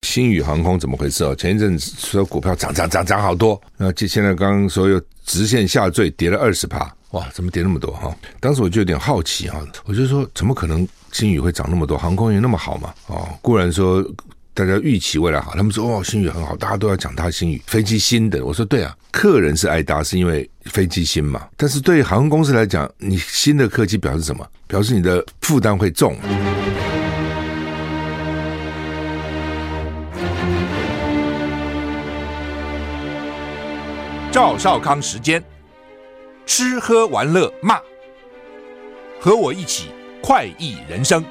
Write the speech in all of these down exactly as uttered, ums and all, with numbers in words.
星宇航空怎么回事哦？前一阵子说股票涨涨涨涨好多，那现在刚刚说又直线下坠，跌了 百分之二十， 哇，怎么跌那么多哈？当时我就有点好奇哈，我就说怎么可能星宇会涨那么多？航空业那么好嘛？哦，固然说大家预期未来好，他们说哦星宇很好，大家都要讲它星宇飞机新的。我说对啊，客人是爱搭是因为飞机新嘛，但是对航空公司来讲，你新的客机表示什么？表示你的负担会重。 赵少康时间，吃喝玩乐骂，和我一起快意人生。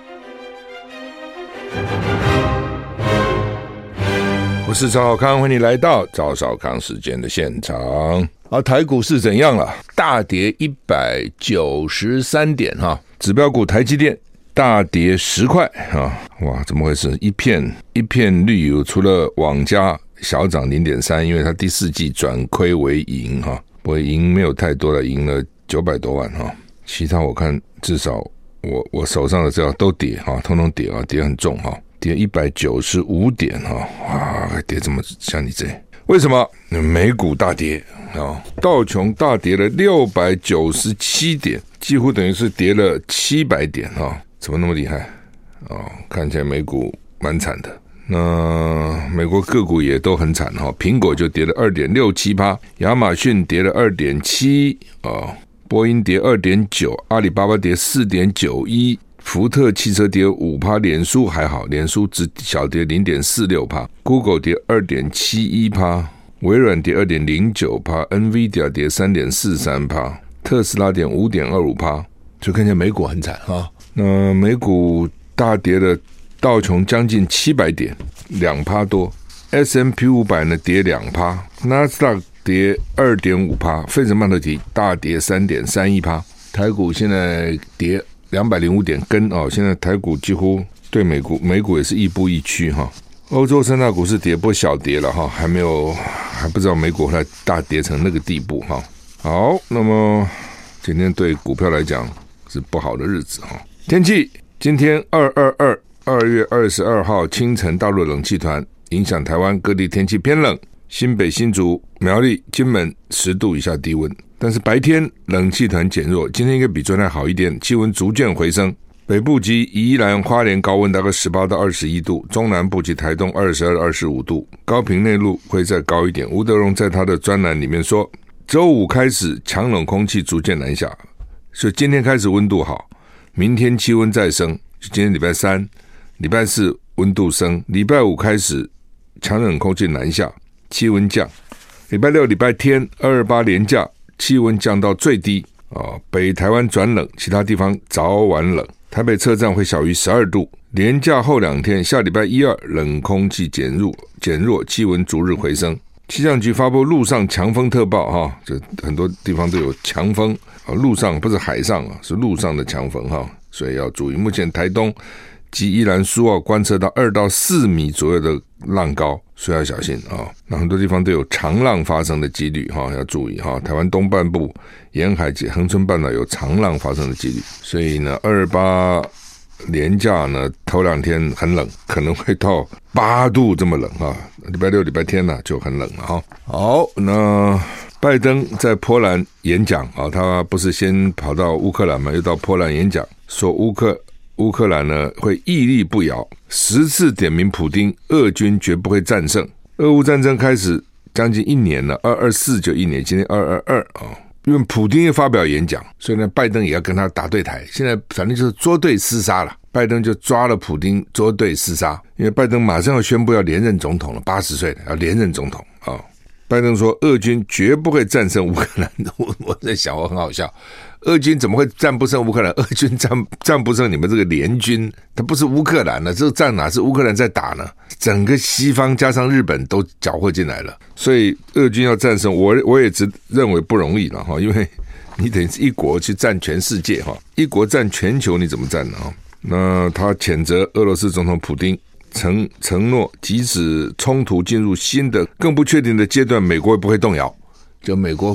我是赵少康，欢迎你来到赵少康时间的现场。啊，台股是怎样了？大跌一百九十三点哈，指标股台积电大跌十块啊！哇，怎么回事？一片一片绿，除了网家小涨 零点三， 因为它第四季转亏为盈哈，不过赢没有太多了，赢了九百多万哈。其他我看至少我我手上的资料都跌哈，通通跌啊，跌很重哈，跌一百九十五点哈，哇，跌这么像你这，为什么？美股大跌啊，道琼大跌了六百九十七点，几乎等于是跌了七百点哈，怎么那么厉害啊？看起来美股蛮惨的。那美国个股也都很惨哈，苹果就跌了 二点六七， 亚马逊跌了 二点七， 哦，波音跌 二点九， 阿里巴巴跌 四点九一， 福特汽车跌 五， 脸书还好，脸书只小跌 零点四六， Google 跌 二点七一， 微软跌 二点零九， Nvidia 跌 三点四三， 特斯拉跌 五点二五， 就看见美股很惨哈。那美股大跌了，道琼将近七百点， 百分之二 多， S and P 五百 呢跌 百分之二， 纳斯达克跌 二点五， 费城半导体大跌 三点三一， 台股现在跌两百零五点跟哦，现在台股几乎对美股美股也是亦步亦趋哈。欧洲三大股市跌波小跌了哈，还没有还不知道美股后来大跌成那个地步哈。好，那么今天对股票来讲是不好的日子哈。天气今天二二二二月二十二号清晨，大陆冷气团影响台湾各地，天气偏冷，新北、新竹、苗栗、金门十度以下低温，但是白天冷气团减弱，今天应该比昨天好一点，气温逐渐回升。北部及宜兰花莲高温大概十八到二十一度，中南部及台东二十二到二十五度，高屏内陆会再高一点。吴德荣在他的专栏里面说，周五开始强冷空气逐渐南下，所以今天开始温度好，明天气温再升，就今天礼拜三礼拜四温度升，礼拜五开始强冷空气南下，气温降，礼拜六礼拜天二二八连假，气温降到最低，哦，北台湾转冷，其他地方早晚冷，台北车站会小于十二度，连假后两天下礼拜一二冷空气减弱减弱，气温逐日回升。气象局发布陆上强风特报哈，这很多地方都有强风，陆上不是海上是陆上的强风哈，所以要注意。目前台东及宜兰苏澳观测到二到四米左右的浪高，所以要小心啊。那很多地方都有长浪发生的几率哈，要注意哈。台湾东半部沿海及恒春半岛有长浪发生的几率，所以呢，二二八连假呢头两天很冷，可能会到八度这么冷啊。礼拜六、礼拜天呢、啊、就很冷了哈。好，那拜登在波兰演讲啊，他不是先跑到乌克兰嘛，又到波兰演讲，说乌克乌克兰呢会屹立不摇，十次点名普丁，俄军绝不会战胜。俄乌战争开始将近一年了，二二四就一年，今天二二二啊。因为普丁也发表演讲，所以呢，拜登也要跟他打对台。现在反正就是捉对厮杀了，拜登就抓了普丁，捉对厮杀。因为拜登马上要宣布要连任总统了，八十岁了要连任总统啊、哦。拜登说，俄军绝不会战胜乌克兰。我我在想，我很好笑，俄军怎么会战不胜乌克兰？俄军战战不胜你们这个联军，它不是乌克兰了，这个战哪是乌克兰在打呢？整个西方加上日本都搅和进来了，所以俄军要战胜，我我也只认为不容易了哈，因为你等于是一国去战全世界哈，一国战全球，你怎么战呢？那他谴责俄罗斯总统普丁。承承诺，即使冲突进入新的、更不确定的阶段，美国也不会动摇。就美国会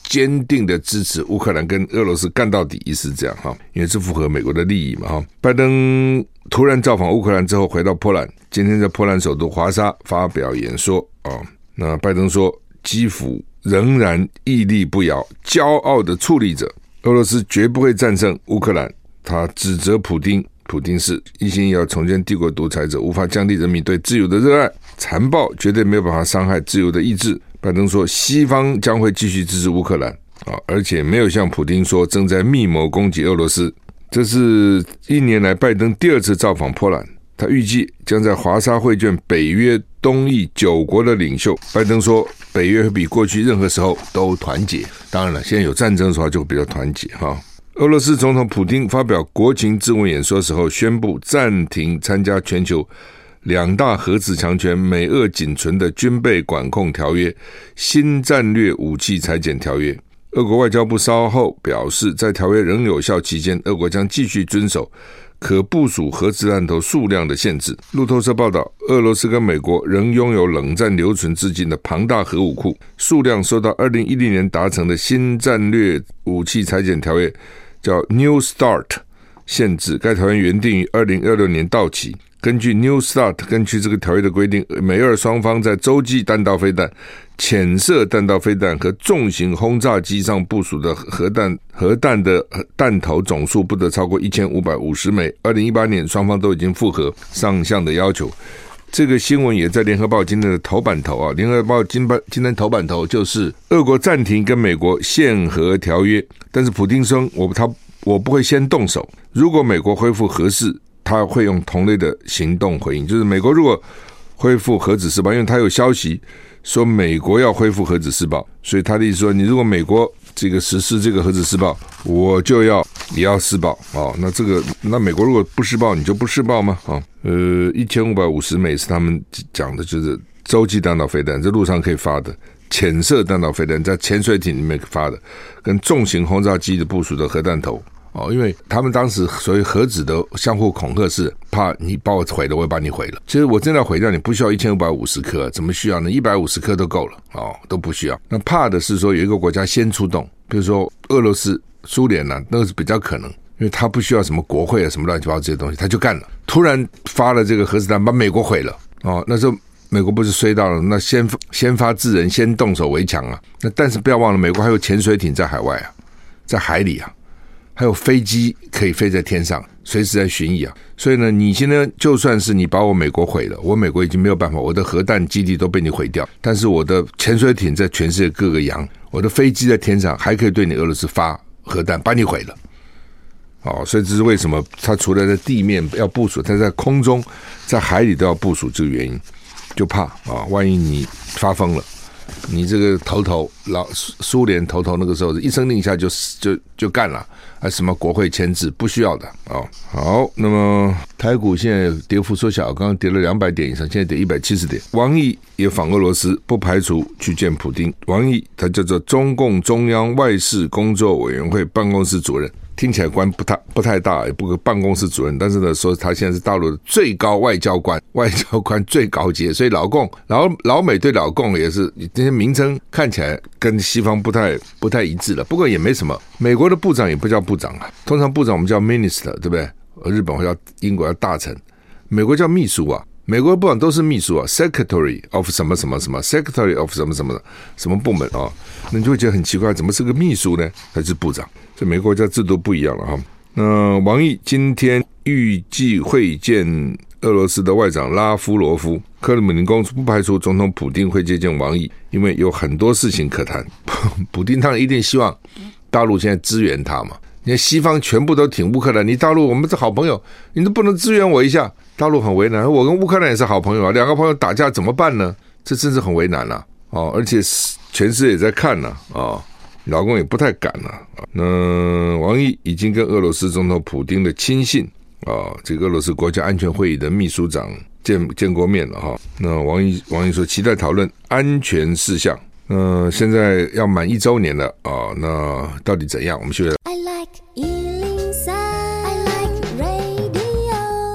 坚定的支持乌克兰跟俄罗斯干到底，意思是这样哈，因为这符合美国的利益嘛哈。拜登突然造访乌克兰之后回到波兰，今天在波兰首都华沙发表演说啊。那拜登说，基辅仍然屹立不摇，骄傲的矗立着，俄罗斯绝不会战胜乌克兰。他指责普丁，普丁是一心要重建帝国独裁者，无法降低人民对自由的热爱，残暴绝对没有办法伤害自由的意志。拜登说，西方将会继续支持乌克兰，而且没有像普丁说正在密谋攻击俄罗斯。这是一年来拜登第二次造访波兰，他预计将在华沙会见北约东翼九国的领袖。拜登说，北约会比过去任何时候都团结。当然了，现在有战争的时候就比较团结哈。俄罗斯总统普丁发表国情咨文演说的时候，宣布暂停参加全球两大核子强权美俄仅存的军备管控条约新战略武器裁减条约。俄国外交部稍后表示，在条约仍有效期间，俄国将继续遵守可部署核子弹头数量的限制。路透社报道，俄罗斯跟美国仍拥有冷战留存至今的庞大核武库，数量受到二零一零年达成的新战略武器裁减条约叫 New START 限制。该条约原定于二零二六年到期。根据 New START， 根据这个条约的规定，美俄双方在洲际弹道飞弹、潜射弹道飞弹和重型轰炸机上部署的核弹核弹的弹头总数不得超过一千五百五十枚。二零一八年双方都已经符合上项的要求。这个新闻也在联合报今天的头版头啊，联合报今今天头版头就是俄国暂停跟美国限核条约，但是普丁说我他我不会先动手，如果美国恢复核试，他会用同类的行动回应。就是美国如果恢复核子试爆，因为他有消息说美国要恢复核子试爆，所以他的意思说，你如果美国这个实施这个核子试爆，我就要也要试爆哦。那这个那美国如果不试爆，你就不试爆吗？哦，呃，一千五百五十枚是他们讲的，就是洲际弹道飞弹，在路上可以发的；潜射弹道飞弹在潜水艇里面发的，跟重型轰炸机的部署的核弹头。哦，因为他们当时所谓核子的相互恐吓是怕你把我毁了，我也把你毁了。其实我真的要毁掉你，不需要一千五百五十颗，怎么需要呢？一百五十颗都够了哦，都不需要。那怕的是说有一个国家先出动，比如说俄罗斯、苏联啊，那个是比较可能，因为他不需要什么国会啊、什么乱七八糟这些东西，他就干了。突然发了这个核子弹，把美国毁了哦，那时候美国不是衰到了，那先先发制人，先动手为强啊。那但是不要忘了，美国还有潜水艇在海外啊，在海里啊。还有飞机可以飞在天上，随时在巡弋啊！所以呢，你现在就算是你把我美国毁了，我美国已经没有办法，我的核弹基地都被你毁掉，但是我的潜水艇在全世界各个洋，我的飞机在天上还可以对你俄罗斯发核弹，把你毁了。哦，所以这是为什么他除了在地面要部署，他在空中、在海里都要部署，这个原因，就怕啊，万一你发疯了。你这个头头老苏联头头那个时候一声令下就就就干了，还什么国会签字不需要的哦。好，那么台股现在跌幅缩小，刚刚跌了两百点以上，现在跌一百七十点。王毅也访俄罗斯，不排除去见普丁。王毅他叫做中共中央外事工作委员会办公室主任。听起来官不太不太大，也不个办公室主任，但是呢，说他现在是大陆的最高外交官，外交官最高阶，所以老共老老美对老共也是这些名称看起来跟西方不太不太一致了。不过也没什么，美国的部长也不叫部长啊，通常部长我们叫 minister， 对不对？日本会叫英国叫大臣，美国叫秘书啊。美国部长都是秘书啊 ，secretary of 什么什么什么 ，secretary of 什么什么什么部门啊，那你就会觉得很奇怪，怎么是个秘书呢？还是部长？这美国国家制度不一样了哈。那王毅今天预计会见俄罗斯的外长拉夫罗夫，克里姆林宫不排除总统普丁会接见王毅，因为有很多事情可谈。普丁当然一定希望大陆现在支援他嘛。你看西方全部都挺乌克兰，你大陆我们是好朋友，你都不能支援我一下？大陆很为难，我跟乌克兰也是好朋友啊，两个朋友打架怎么办呢？这真是很为难啊！哦，而且全世界也在看呢啊、哦，老公也不太敢了、啊。那王毅已经跟俄罗斯总统普丁的亲信啊、哦，这个俄罗斯国家安全会议的秘书长见见过面了哈、哦。那王毅王毅说期待讨论安全事项。呃，现在要满一周年了啊、哦，那到底怎样？我们学。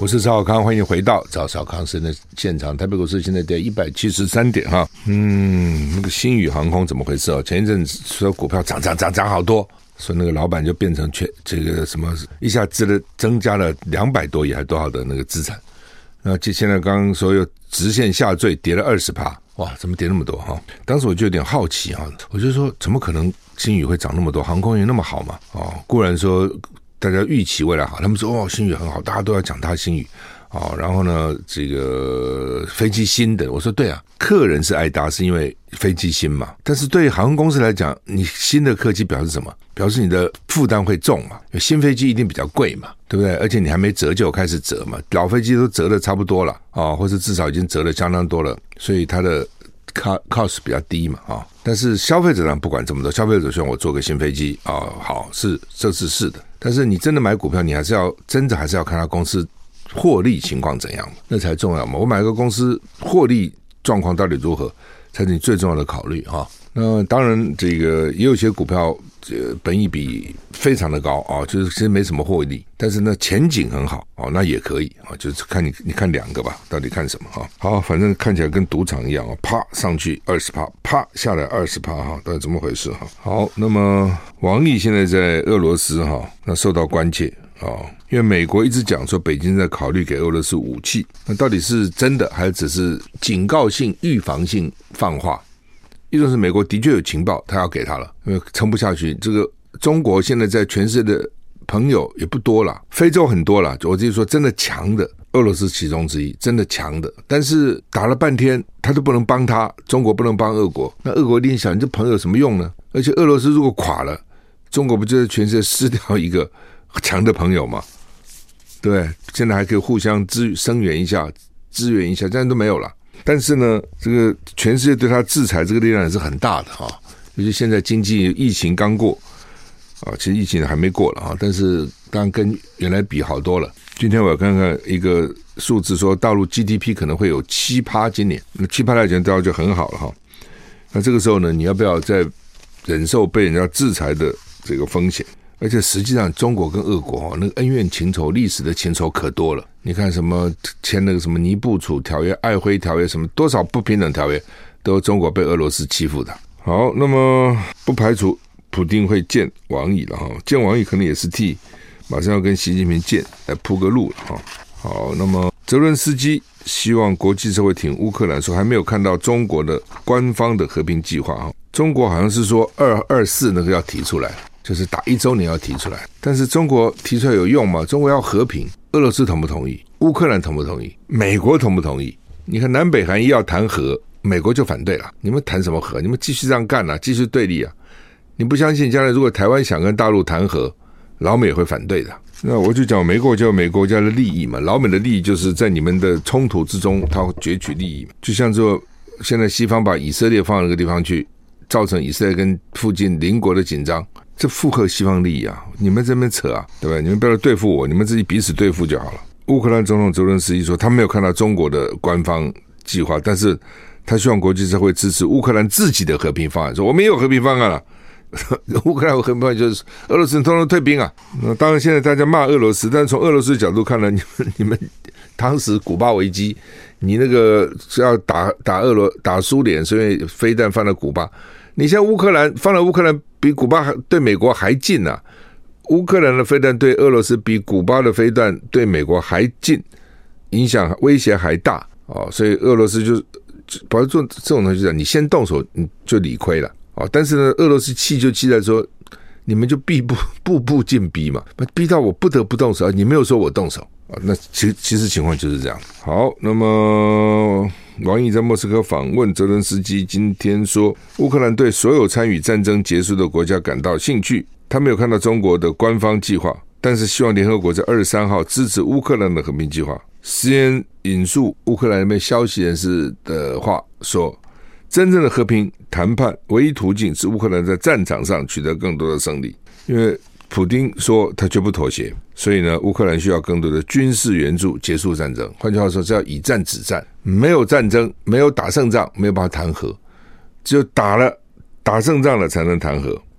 我是赵少康，欢迎回到赵少康时的现场。台北股市现在跌一百七十三点哈，嗯，那个星宇航空怎么回事哦？前一阵子说股票涨涨涨涨好多，说那个老板就变成全这个什么一下子的增加了两百多亿还多少的那个资产，那现在刚刚说又直线下坠，跌了二十趴，哇，怎么跌那么多哈？当时我就有点好奇哈，我就说怎么可能星宇会涨那么多？航空业那么好嘛？哦，固然说大家预期未来好，他们说哦星宇很好，大家都要讲他星宇哦。然后呢，这个飞机新的，我说对啊，客人是爱搭是因为飞机新嘛，但是对航空公司来讲，你新的客机表示什么？表示你的负担会重嘛，因为新飞机一定比较贵嘛，对不对？而且你还没折旧开始折嘛，老飞机都折的差不多了啊、哦，或者至少已经折的相当多了，所以它的 cost 比较低嘛啊、哦。但是消费者呢不管这么多，消费者希望我做个新飞机啊、哦，好是这是是的，但是你真的买股票，你还是要真的还是要看它公司获利情况怎样，那才重要嘛。我买个公司获利状况到底如何，才是你最重要的考虑哈。那当然，这个也有些股票，这本益比非常的高啊，就是其实没什么获利，但是呢前景很好哦，那也可以啊，就是看你你看两个吧，到底看什么哈？好，反正看起来跟赌场一样啊，啪上去二十趴，啪下来二十趴哈，到底怎么回事哈？好，那么王毅现在在俄罗斯哈，那受到关切。哦，因为美国一直讲说北京在考虑给俄罗斯武器，那到底是真的还是只是警告性、预防性放话？一种是美国的确有情报，他要给他了，因为撑不下去。这个中国现在在全世界的朋友也不多了，非洲很多了，我自己说真的强的，俄罗斯其中之一，真的强的。但是打了半天，他都不能帮他，中国不能帮俄国，那俄国一定想，你这朋友有什么用呢？而且俄罗斯如果垮了，中国不就在全世界失掉一个强的朋友嘛，对，现在还可以互相支声援一下，支援一下，这样都没有了。但是呢，这个全世界对他制裁这个力量也是很大的哈。尤其现在经济疫情刚过啊，其实疫情还没过了啊，但是当然跟原来比好多了。今天我要看看一个数字，说大陆 G D P 可能会有七趴，今年那七趴来讲，大家就很好了哈。那这个时候呢，你要不要再忍受被人家制裁的这个风险？而且实际上，中国跟俄国哦，那个恩怨情仇、历史的情仇可多了。你看什么签那个什么尼布楚条约、爱辉条约，什么多少不平等条约，都中国被俄罗斯欺负的。好，那么不排除普丁会见王毅了哈，见王毅可能也是替马上要跟习近平见来铺个路了哈。好，那么泽伦斯基希望国际社会挺乌克兰，说还没有看到中国的官方的和平计划哈。中国好像是说二二四那个要提出来。就是打一周年要提出来，但是中国提出来有用吗？中国要和平，俄罗斯同不同意？乌克兰同不同意？美国同不同意？你看南北韩一要谈和，美国就反对了。你们谈什么和？你们继续这样干啊，继续对立啊！你不相信将来如果台湾想跟大陆谈和，老美也会反对的。那我就讲美国就有美国家的利益嘛，老美的利益就是在你们的冲突之中，他会攫取利益。就像说现在西方把以色列放到那个地方去，造成以色列跟附近邻国的紧张。这附和西方利益啊！你们这边扯啊，对不对？你们不要对付我，你们自己彼此对付就好了。乌克兰总统泽伦斯基说，他没有看到中国的官方计划，但是他希望国际社会支持乌克兰自己的和平方案。说我们也有和平方案了，乌克兰有和平方案就是俄罗斯通通退兵啊。那当然，现在大家骂俄罗斯，但是从俄罗斯的角度看来，你们你们当时古巴危机，你那个是要打打俄罗打苏联，所以飞弹放到古巴。你像乌克兰放了乌克兰比古巴对美国还近啊，乌克兰的飞弹对俄罗斯比古巴的飞弹对美国还近，影响威胁还大哦，所以俄罗斯就保持做这种东西，你先动手你就理亏了哦。但是呢，俄罗斯气就气在说，你们就逼步步步进逼嘛，逼到我不得不动手，你没有说我动手啊，那其实其实情况就是这样。好，那么王毅在莫斯科访问泽伦斯基，今天说乌克兰对所有参与战争结束的国家感到兴趣，他没有看到中国的官方计划，但是希望联合国在二十三号支持乌克兰的和平计划。C N N 引述乌克兰那边消息人士的话说，真正的和平谈判唯一途径是乌克兰在战场上取得更多的胜利，因为普丁说他绝不妥协，所以呢，乌克兰需要更多的军事援助结束战争。换句话说，是要以战止战，没有战争，没有打胜仗，没有办法谈和，只有打了打胜仗了才能谈和。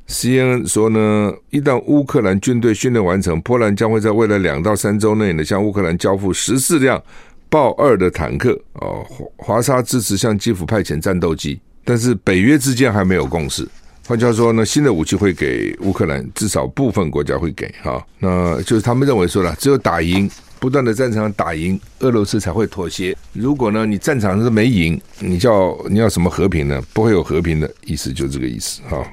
C N N 说呢，一旦乌克兰军队训练完成，波兰将会在未来两到三周内呢向乌克兰交付十四辆豹二的坦克。哦，华沙支持向基辅派遣战斗机，但是北约之间还没有共识。换句话说呢，新的武器会给乌克兰，至少部分国家会给哈。那就是他们认为说了，只有打赢，不断的战场打赢，俄罗斯才会妥协。如果呢你战场是没赢，你叫你要什么和平呢？不会有和平的意思，就这个意思哈。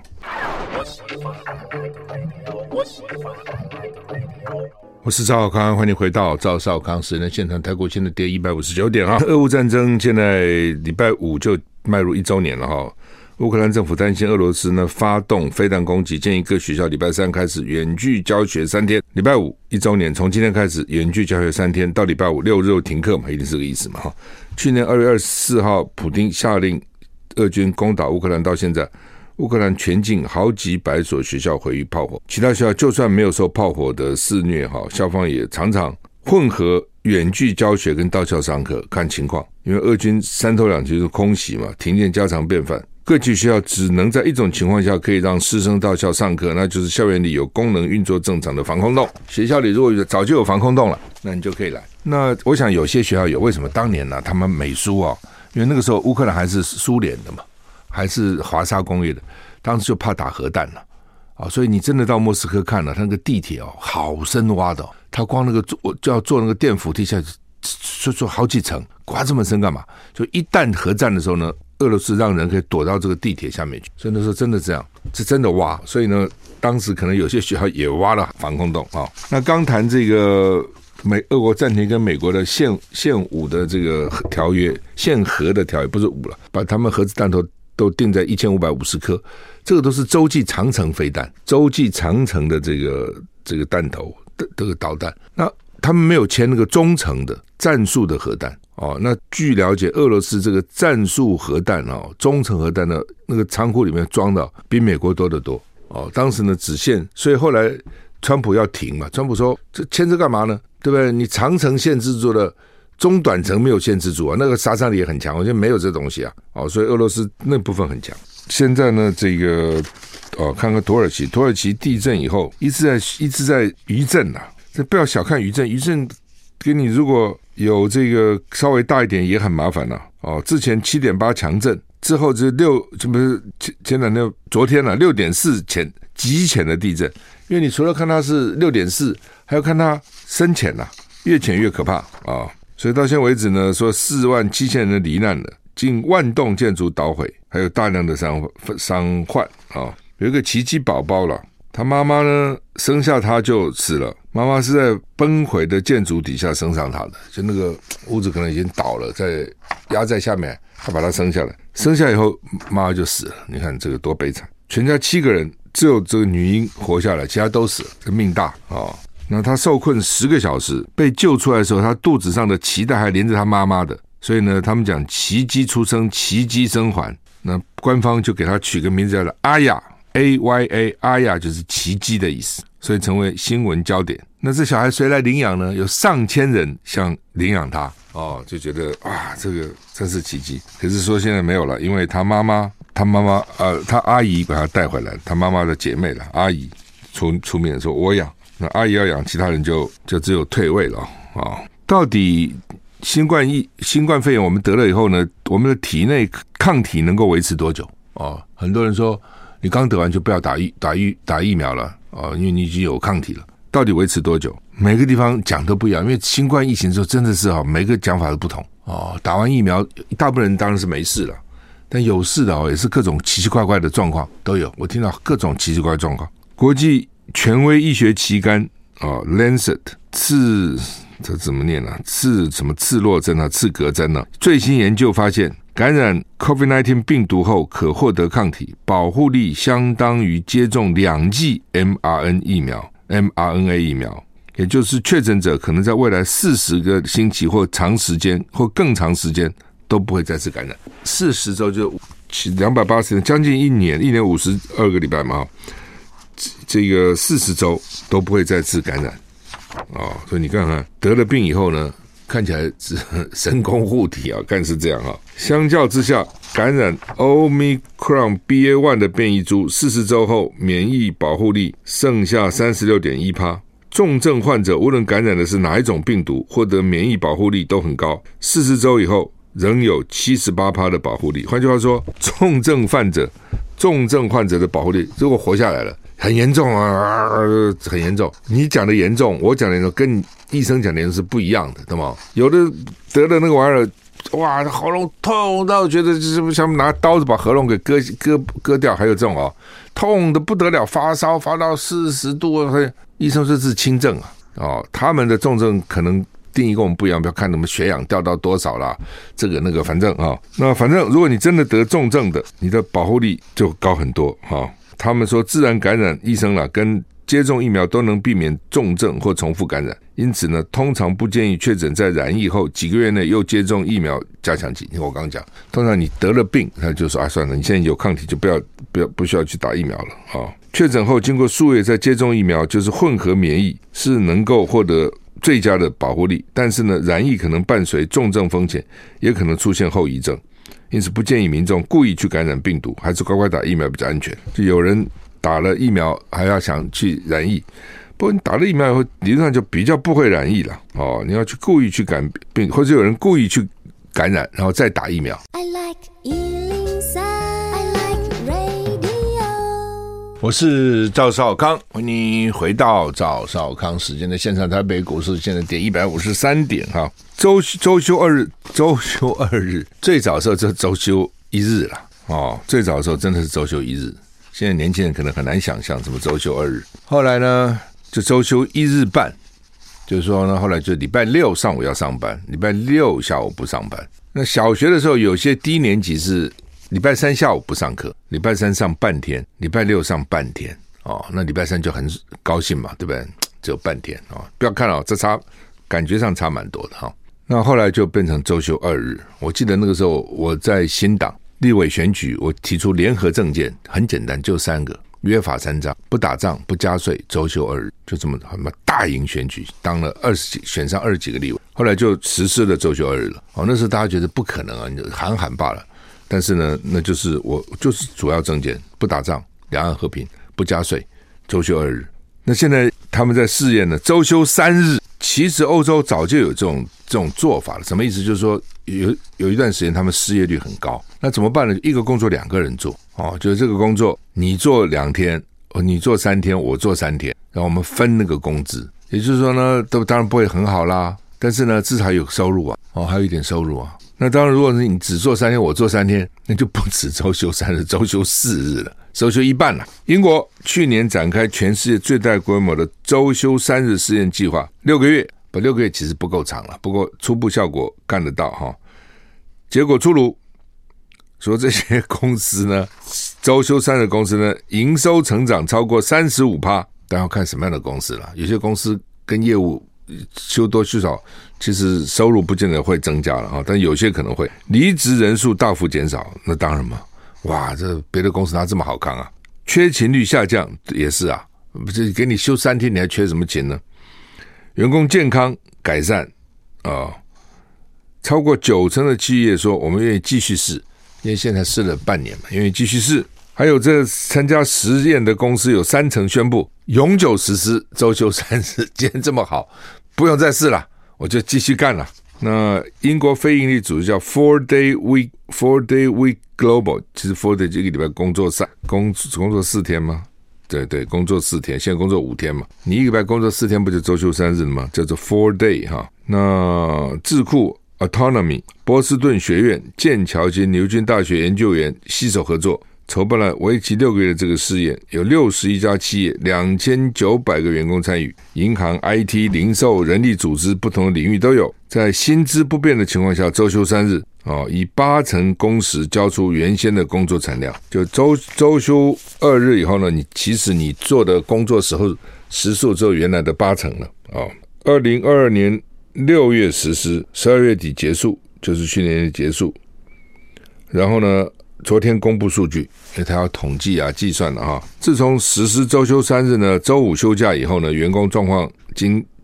我是赵少康，欢迎回到赵少康时人现场。台股现在跌一百五十九点啊。俄乌战争现在礼拜五就迈入一周年了哈。乌克兰政府担心俄罗斯呢发动飞弹攻击，建议各学校礼拜三开始远距教学三天。礼拜五一周年，从今天开始远距教学三天，到礼拜五六日停课嘛，一定是这个意思嘛哈。去年二月二十四号，普丁下令俄军攻打乌克兰，到现在乌克兰全境好几百所学校毁于炮火，其他学校就算没有受炮火的肆虐哈，校方也常常混合远距教学跟到校上课，看情况。因为俄军三头两蹄是空袭嘛，停电家常便饭。各级学校只能在一种情况下可以让师生到校上课，那就是校园里有功能运作正常的防空洞。学校里如果早就有防空洞了，那你就可以来。那我想有些学校有，为什么当年呢、啊？他们美苏哦，因为那个时候乌克兰还是苏联的嘛，还是华沙工业的，当时就怕打核弹了啊，所以你真的到莫斯科看了，他那个地铁哦，好深挖的、哦，他光那个做就要做那个电扶梯下去，就做好几层，刮这么深干嘛？就一旦核战的时候呢？俄罗斯让人可以躲到这个地铁下面去，所以那时候真的这样，是真的挖。所以呢，当时可能有些学校也挖了防空洞啊、哦。那刚谈这个美俄国暂停跟美国的限限武的这个条约，限核的条约不是武了，把他们核子弹头都定在一千五百五十颗，这个都是洲际长程飞弹，洲际长程的这个这个弹头的这个导弹。那他们没有签那个中程的战术的核弹。哦，那据了解，俄罗斯这个战术核弹哦，中程核弹的那个仓库里面装的比美国多得多哦。当时呢只限，所以后来川普要停嘛，川普说这签这干嘛呢？对不对？你长程限制住了，中短程没有限制住啊，那个杀伤力也很强，我觉得没有这东西啊。哦，所以俄罗斯那部分很强。现在呢，这个哦，看看土耳其，土耳其地震以后一直在一直在余震啊，这不要小看余震，余震给你如果有这个稍微大一点也很麻烦了、啊、哦。之前 七点八 强震之后就六，这不是前前两天昨天了、啊、六点四 浅极浅的地震，因为你除了看它是 六点四， 还要看它深浅啊，越浅越可怕啊、哦。所以到现在为止呢，说四万七千人罹难了，近万栋建筑捣毁，还有大量的伤伤患啊、哦。有一个奇迹宝宝了，他妈妈呢生下他就死了，妈妈是在崩毁的建筑底下生上他的，就那个屋子可能已经倒了，在压在下面，他把他生下来，生下以后妈妈就死了，你看这个多悲惨，全家七个人只有这个女婴活下来，其他都死了，这命大啊、哦！那他受困十个小时，被救出来的时候，他肚子上的脐带还连着他妈妈的，所以呢，他们讲奇迹出生，奇迹生还，那官方就给他取个名字叫做阿雅。A Y A 阿雅就是奇迹的意思，所以成为新闻焦点。那这小孩谁来领养呢？有上千人想领养他哦，就觉得啊，这个真是奇迹。可是说现在没有了，因为他妈妈，他妈妈呃，他阿姨把他带回来，他妈妈的姐妹了，阿姨出出面说我养，那阿姨要养，其他人就就只有退位了啊、哦。到底新冠疫新冠肺炎我们得了以后呢，我们的体内抗体能够维持多久？哦，很多人说。你刚得完就不要打疫打疫打疫苗了哦，因为你已经有抗体了。到底维持多久？每个地方讲都不一样，因为新冠疫情的时候真的是哈，每个讲法都不同哦。打完疫苗，大部分人当然是没事了，但有事的哦，也是各种奇奇怪怪的状况都有。我听到各种奇奇怪怪的状况。国际权威医学期刊啊、哦、，Lancet 次这怎么念啊？次什么次洛针啊？次格针啊？最新研究发现。感染 COVID 十九 病毒后可获得抗体，保护力相当于接种两剂 M R N 疫苗 M R N A 疫苗，也就是确诊者可能在未来四十个星期或长时间或更长时间都不会再次感染。四十周就两百八十天，将近一年，一年五十二个礼拜嘛，这个四十周都不会再次感染哦。所以你看看得了病以后呢？看起来是神功护体啊，看是这样啊。相较之下， 感染 Omicron B A 一 的变异株，四十周后免疫保护力剩下 百分之三十六点一。重症患者无论感染的是哪一种病毒，获得免疫保护力都很高，四十周以后仍有 百分之七十八 的保护力。换句话说，重症患者重症患者的保护力如果活下来了，很严重啊，很严重。你讲的严重，我讲的严重，跟医生讲的严重是不一样的，懂吗？有的得了那个玩意儿，哇，喉咙痛到觉得就是像拿刀子把喉咙给割割割掉，还有这种哦，痛的不得了，发烧发到四十度，医生说这是轻症啊，哦，他们的重症可能定义跟我们不一样，不要看我们血氧掉到多少啦，这个那个，反正啊、哦，那反正如果你真的得重症的，你的保护力就高很多哈、哦。他们说自然感染，医生啦跟接种疫苗都能避免重症或重复感染，因此呢，通常不建议确诊在染疫后几个月内又接种疫苗加强剂。我刚刚讲，通常你得了病，他就说啊，算了，你现在有抗体就不要不要不需要去打疫苗了啊、哦。确诊后经过数月再接种疫苗，就是混合免疫，是能够获得最佳的保护力。但是呢，染疫可能伴随重症风险，也可能出现后遗症，因此不建议民众故意去感染病毒，还是乖乖打疫苗比较安全。就有人打了疫苗还要想去染疫，不过你打了疫苗以后，理论上就比较不会染疫了哦。你要去故意去感病，或者有人故意去感染，然后再打疫苗。I like 一零三 I like radio。我是赵少康，欢迎回到赵少康时间的现场。台北股市现在跌一百五十三点哈，周周休二日，周休二日，最早的时候就周休一日了哦，最早的时候真的是周休一日。现在年轻人可能很难想象什么周休二日，后来呢就周休一日半，就是说呢，后来就礼拜六上午要上班，礼拜六下午不上班。那小学的时候，有些低年级是礼拜三下午不上课，礼拜三上半天，礼拜六上半天哦。那礼拜三就很高兴嘛，对不对？只有半天哦。不要看哦，这差感觉上差蛮多的哈、哦。那后来就变成周休二日。我记得那个时候我在新党立委选举，我提出联合政见，很简单，就三个：约法三章，不打仗，不加税，周休二日，就这么很大赢选举，当了二十几，选上二十几个立委，后来就实施了周休二日了。哦，那时候大家觉得不可能啊，你就喊喊罢了。但是呢，那就是我就是主要政见，不打仗，两岸和平，不加税，周休二日。那现在他们在试验呢，周休三日。其实欧洲早就有这种这种做法了，什么意思？就是说有有一段时间他们失业率很高，那怎么办呢？一个工作两个人做哦，就是这个工作你做两天，你做三天，我做三天，然后我们分那个工资。也就是说呢，都当然不会很好啦，但是呢，至少有收入啊，哦，还有一点收入啊。那当然，如果是你只做三天，我做三天，那就不止周休三日，周休四日了，周休一半了。英国去年展开全世界最大规模的周休三日试验计划，六个月，不，六个月其实不够长了，不过初步效果干得到哈。结果出炉，说这些公司呢，周休三日公司呢，营收成长超过 百分之三十五， 但要看什么样的公司了。有些公司跟业务休多休少，其实收入不见得会增加了啊，但有些可能会。离职人数大幅减少，那当然嘛，哇，这别的公司哪这么好看啊？缺勤率下降也是啊，不是给你休三天，你还缺什么勤呢？员工健康改善啊、哦，超过九成的企业说我们愿意继续试，因为现在试了半年嘛，愿意继续试。还有这参加实验的公司有三成宣布永久实施周休三日，既然这么好，不用再试了，我就继续干了。那英国非营利组织叫 Four Day Week Four Day Week Global， 其实 Four Day 这个礼拜工作三工工作四天吗？对对，工作四天，现在工作五天嘛。你一个礼拜工作四天，不就周休三日了吗？叫做 Four Day 哈。那智库 Autonomy、波士顿学院、剑桥及牛津大学研究员携手合作，筹办了为期六个月的这个试验，有六十一家企业，两千九百个员工参与，银行、I T、零售、人力组织，不同的领域都有。在薪资不变的情况下，周休三日，哦，以八成工时交出原先的工作产量。就周周休二日以后呢，你其实你做的工作时候时数只有原来的八成了。哦，二零二二年六月实施，十二月底结束，就是去年的结束。然后呢？昨天公布数据，因为他要统计啊、计算了哈。自从实施周休三日呢，周五休假以后呢，员工状况经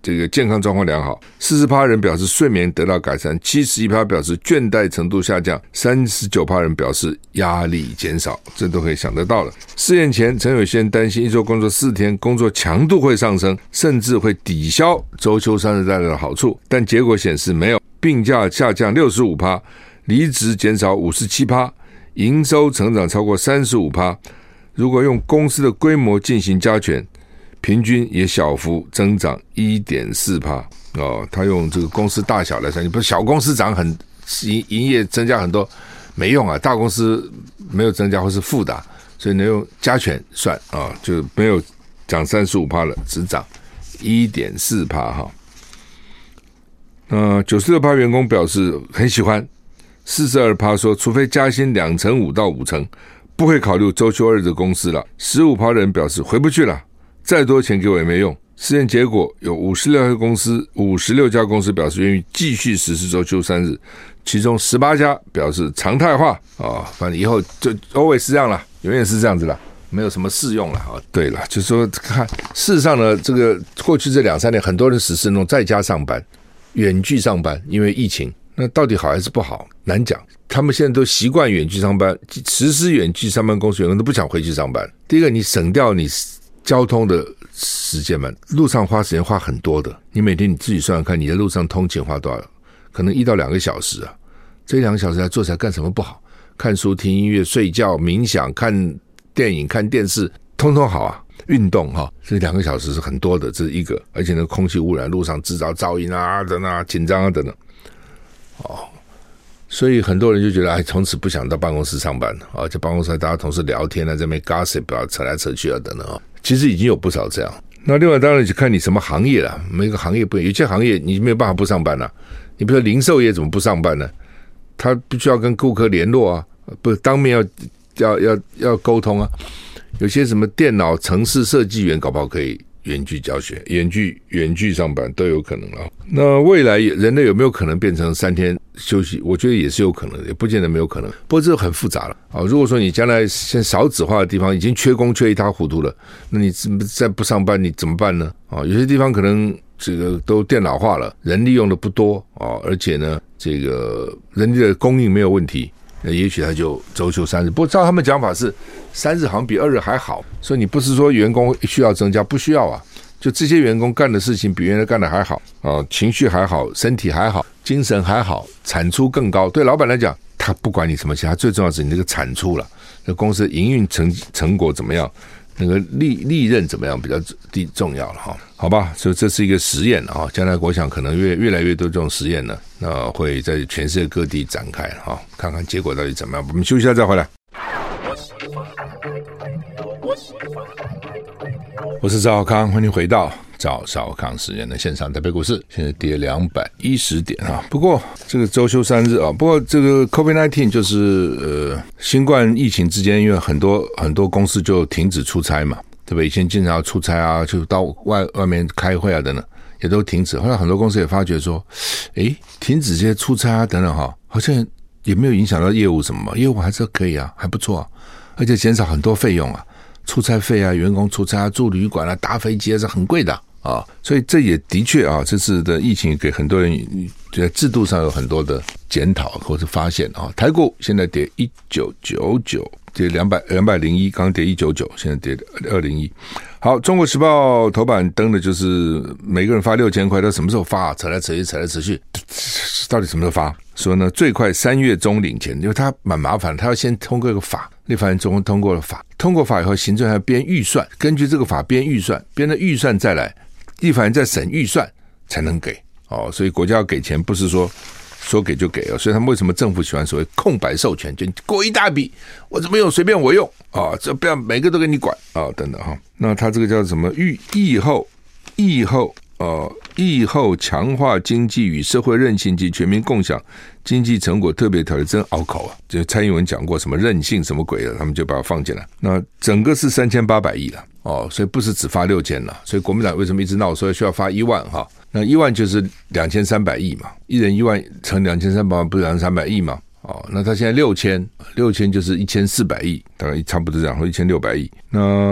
这个健康状况良好， 百分之四十 人表示睡眠得到改善， 百分之七十一 表示倦怠程度下降， 百分之三十九 人表示压力减少，这都可以想得到了。试验前曾有些人担心一周工作四天工作强度会上升，甚至会抵消周休三日带来的好处，但结果显示没有，病假下降 百分之六十五， 离职减少 百分之五十七， 营收成长超过 百分之三十五， 如果用公司的规模进行加权，平均也小幅增长 百分之一点四。 哦，他用这个公司大小来算，你不是小公司涨很营营业增加很多没用啊，大公司没有增加或是负的，所以能用加权算啊，就没有涨 百分之三十五 了，只涨 百分之一点四 哈。呃 九十六 员工表示很喜欢， 四十二 说除非加薪两成五到五成不会考虑周休二日的公司了， 十五 的人表示回不去了，再多钱给我也没用。实验结果有五十六家公司五十六家公司表示愿意继续实施周休三日，其中十八家表示常态化、哦、反正以后就 always 这样了，永远是这样子了，没有什么适用了、哦、对了，就是说看事实上呢，这个过去这两三年很多人实施那种在家上班远距上班，因为疫情，那到底好还是不好难讲，他们现在都习惯远距上班，实施远距上班公司员工都不想回去上班。第一个，你省掉你交通的时间嘛，路上花时间花很多的，你每天你自己算算看，你在路上通勤花多少，可能一到两个小时啊，这两个小时来做起来干什么不好？看书、听音乐、睡觉、冥想、看电影、看电视，通通好啊。运动哈，这两个小时是很多的，这是一个，而且呢，空气污染、路上制造噪音啊等等啊，紧张啊等等，哦，所以很多人就觉得，哎，从此不想到办公室上班啊，在办公室大家同事聊天啊，在那边 gossip 啊，扯来扯去啊等等啊，其实已经有不少这样。那另外当然就看你什么行业了，每个行业不一样，有些行业你没有办法不上班啊，你比如说零售业怎么不上班呢？他必须要跟顾客联络啊，不当面要要要要沟通啊。有些什么电脑程式设计员搞不好可以远距教学，远距远距上班都有可能了。那未来人类有没有可能变成三天休息？我觉得也是有可能的，也不见得没有可能。不过这很复杂了啊！如果说你将来现在少子化的地方已经缺工缺一塌糊涂了，那你再不上班你怎么办呢？啊，有些地方可能这个都电脑化了，人力用的不多啊，而且呢，这个人力的供应没有问题。那也许他就周休三日，不过照他们讲法是三日好像比二日还好，所以你不是说员工需要增加，不需要啊，就这些员工干的事情比原来干的还好啊，情绪还好，身体还好，精神还好，产出更高。对老板来讲，他不管你什么其他，最重要是你这个产出了，那公司营运成成果怎么样，那个利利润怎么样比较重要了哈，好吧？所以这是一个实验啊，将来我想可能越越来越多这种实验呢，那会在全世界各地展开哈，看看结果到底怎么样。我们休息一下再回来。我是赵少康，欢迎回到赵少康时间的现场。台北股市现在跌两百一十点啊，不过这个周休三日啊，不过这个 COVID 十九 就是呃新冠疫情之间，因为很多很多公司就停止出差嘛，对不对？以前经常要出差啊，就到外外面开会啊等等，也都停止。后来很多公司也发觉说，诶，停止这些出差啊等等哈，好像也没有影响到业务什么，业务还是可以啊，还不错啊，而且减少很多费用啊。出差费啊，员工出差啊，住旅馆啊，搭飞机啊，是很贵的啊，所以这也的确啊，这次的疫情给很多人在制度上有很多的检讨或者发现啊。台股现在跌一九九九，跌两百两百零一，刚跌一九九，现在跌二零一。好，中国时报头版登的就是每个人发六千块，他什么时候发？扯来扯去，扯来扯去，到底什么时候发？说呢，最快三月中领钱，因为他蛮麻烦，他要先通过一个法。立法院中通过了法，通过法以后，行政还要编预算，根据这个法编预算，编了预算再来，立法院再审预算才能给哦。所以国家要给钱，不是说说给就给了。所以他们为什么政府喜欢所谓空白授权，就过一大笔，我怎么用随便我用啊、哦，这不要每个都给你管啊、哦，等等哈。那他这个叫什么？疫疫后疫后呃疫后强化经济与社会韧性及全民共享。经济成果特别条例真拗口啊！就蔡英文讲过什么韧性什么鬼的，他们就把它放进来。那整个是三千八百亿了哦，所以不是只发六千了。所以国民党为什么一直闹说需要发一万哈？那一万就是两千三百亿嘛，一人一万乘两千三百万不是两千三百亿嘛？哦，那他现在六千，六千就是一千四百亿，大概差不多这样，或一千六百亿。那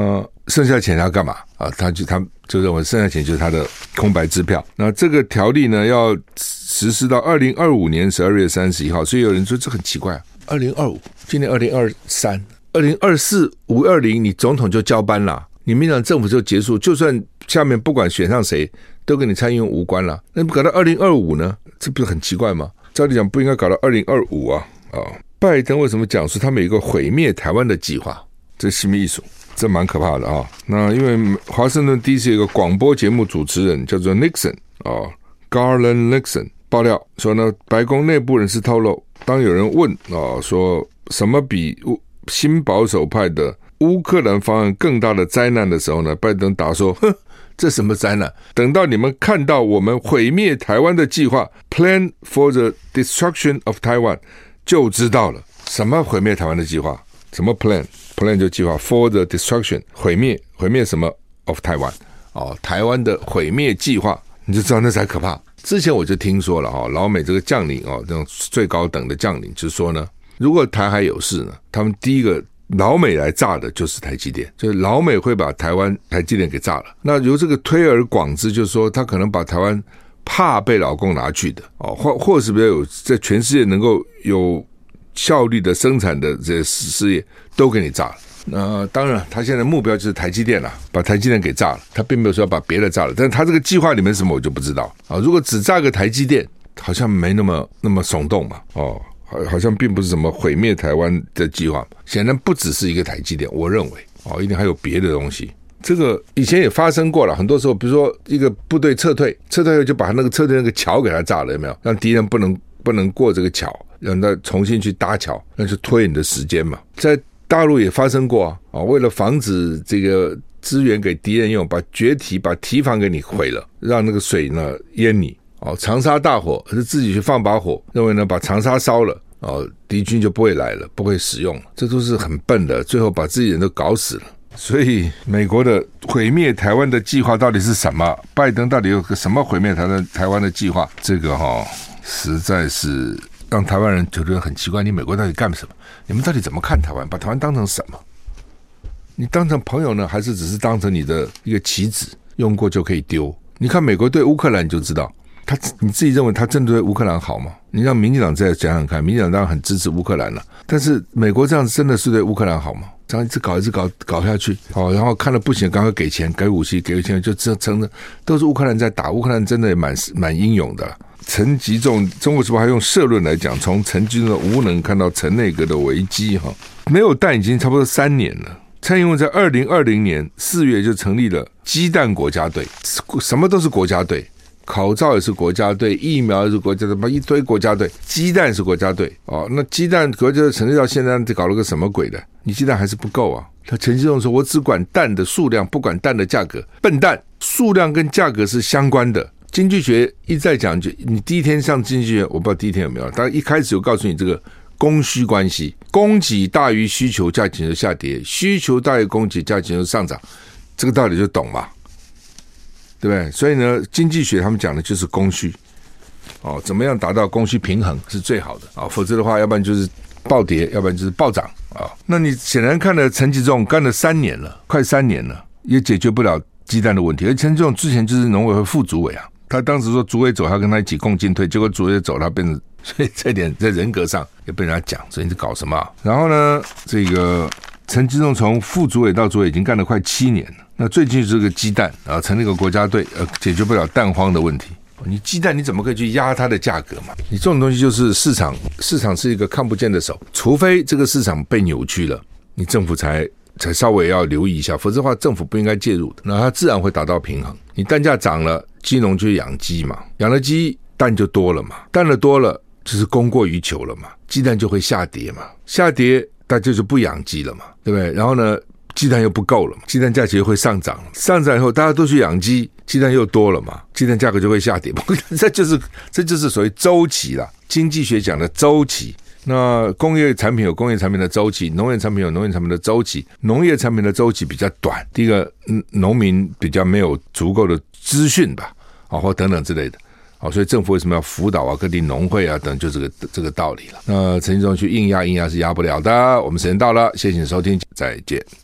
剩下钱他要干嘛啊？他就他就认为剩下钱就是他的空白支票。那这个条例呢要实施到二零二五年十二月三十一号，所以有人说这很奇怪啊，二零二五，今年二零二三，二零二四五二零你总统就交班了，你民进党政府就结束，就算下面不管选上谁，都跟你蔡英文无关了。那不搞到二零二五呢？这不是很奇怪吗？照理讲不应该搞到二零二五啊！啊、哦，拜登为什么讲说他们有一个毁灭台湾的计划？这是什么意思？这蛮可怕的啊！那因为华盛顿 D C 有一个广播节目主持人叫做 Nixon 啊、哦、，Garland Nixon 爆料说呢，白宫内部人士透露，当有人问啊、哦、说什么比新保守派的乌克兰方案更大的灾难的时候呢，拜登答说：“哼，这什么灾难？等到你们看到我们毁灭台湾的计划 ，Plan for the Destruction of Taiwan， 就知道了。什么毁灭台湾的计划？什么 Plan？Plan 就计划 for the Destruction， 毁灭毁灭什么 of Taiwan？ 哦，台湾的毁灭计划，你就知道那才可怕。之前我就听说了哦，老美这个将领哦，这种最高等的将领，就是说呢，如果台海有事呢，他们第一个。”老美来炸的就是台积电，就是老美会把台湾台积电给炸了。那由这个推而广之，就是说他可能把台湾怕被老共拿去的哦，或或是比较有在全世界能够有效率的生产的这些事业都给你炸了。那当然，他现在目标就是台积电了，把台积电给炸了。他并没有说要把别的炸了，但是他这个计划里面是什么我就不知道啊。如果只炸个台积电，好像没那么那么耸动嘛，哦。好像并不是什么毁灭台湾的计划，显然不只是一个台积电，我认为哦，一定还有别的东西。这个以前也发生过了，很多时候，比如说一个部队撤退，撤退后就把那个撤退那个桥给它炸了，有没有？让敌人不能不能过这个桥，让他重新去搭桥，那就拖你的时间嘛。在大陆也发生过啊，哦，为了防止这个资源给敌人用，把决堤把堤防给你毁了，让那个水呢淹你。哦，长沙大火是自己去放把火，认为呢把长沙烧了，哦，敌军就不会来了，不会使用了，这都是很笨的，最后把自己人都搞死了。所以美国的毁灭台湾的计划到底是什么？拜登到底有个什么毁灭台湾台湾的计划？这个哈、哦，实在是让台湾人觉得很奇怪。你美国到底干什么？你们到底怎么看台湾？把台湾当成什么？你当成朋友呢，还是只是当成你的一个棋子，用过就可以丢？你看美国对乌克兰你就知道。他你自己认为他真的对乌克兰好吗？你让民进党再想想看，民进党当然很支持乌克兰了，但是美国这样子真的是对乌克兰好吗？这样一直搞一直搞搞下去，好，然后看了不行，赶快给钱，给武器，给钱，就成了都是乌克兰在打，乌克兰真的也蛮蛮英勇的。陈吉仲，中国时报还用社论来讲，从陈吉仲的无能看到陈内阁的危机，哈，没有蛋已经差不多三年了。蔡英文在二零二零年四月就成立了鸡蛋国家队，什么都是国家队。口罩也是国家队，疫苗也是国家队，一堆国家队，鸡蛋是国家队哦。那鸡蛋国家队成立到现在，搞了个什么鬼的？你鸡蛋还是不够啊！他陈吉仲说：“我只管蛋的数量，不管蛋的价格。”笨蛋，数量跟价格是相关的。经济学一再讲，就你第一天上经济学，我不知道第一天有没有，但一开始有告诉你这个供需关系，供给大于需求，价钱就下跌；需求大于供给，价钱就上涨。这个道理就懂嘛。对不对？所以呢，经济学他们讲的就是供需，哦，怎么样达到供需平衡是最好的啊、哦？否则的话，要不然就是暴跌，要不然就是暴涨啊、哦。那你显然看了陈吉仲干了三年了，快三年了，也解决不了鸡蛋的问题。而陈吉仲之前就是农委会副主委啊，他当时说主委走，他跟他一起共进退，结果主委走，他变成，所以这点在人格上也被人家讲，所以你在搞什么、啊？然后呢，这个陈吉仲从副主委到主委已经干了快七年了。那最近是个鸡蛋啊，成立个国家队，呃，解决不了蛋荒的问题。你鸡蛋你怎么可以去压它的价格嘛？你这种东西就是市场，市场是一个看不见的手，除非这个市场被扭曲了，你政府才才稍微要留意一下，否则的话政府不应该介入的。那它自然会达到平衡。你蛋价涨了，鸡农就养鸡嘛，养了鸡蛋就多了嘛，蛋了多了就是供过于求了嘛，鸡蛋就会下跌嘛，下跌大家就不养鸡了嘛，对不对？然后呢？鸡蛋又不够了嘛，鸡蛋价钱会上涨了，上涨以后大家都去养鸡，鸡蛋又多了嘛，鸡蛋价格就会下跌。这就是这就是所谓周期啦，经济学讲的周期。那工业产品有工业产品的周期，农业产品有农业产品的周期。农业产品的周期比较短，第一个，农民比较没有足够的资讯吧，啊，或等等之类的。好，所以政府为什么要辅导啊？各地农会啊，等，就这个这个道理了。那陈吉仲去硬压硬压是压不了的。我们时间到了，谢谢你收听，再见。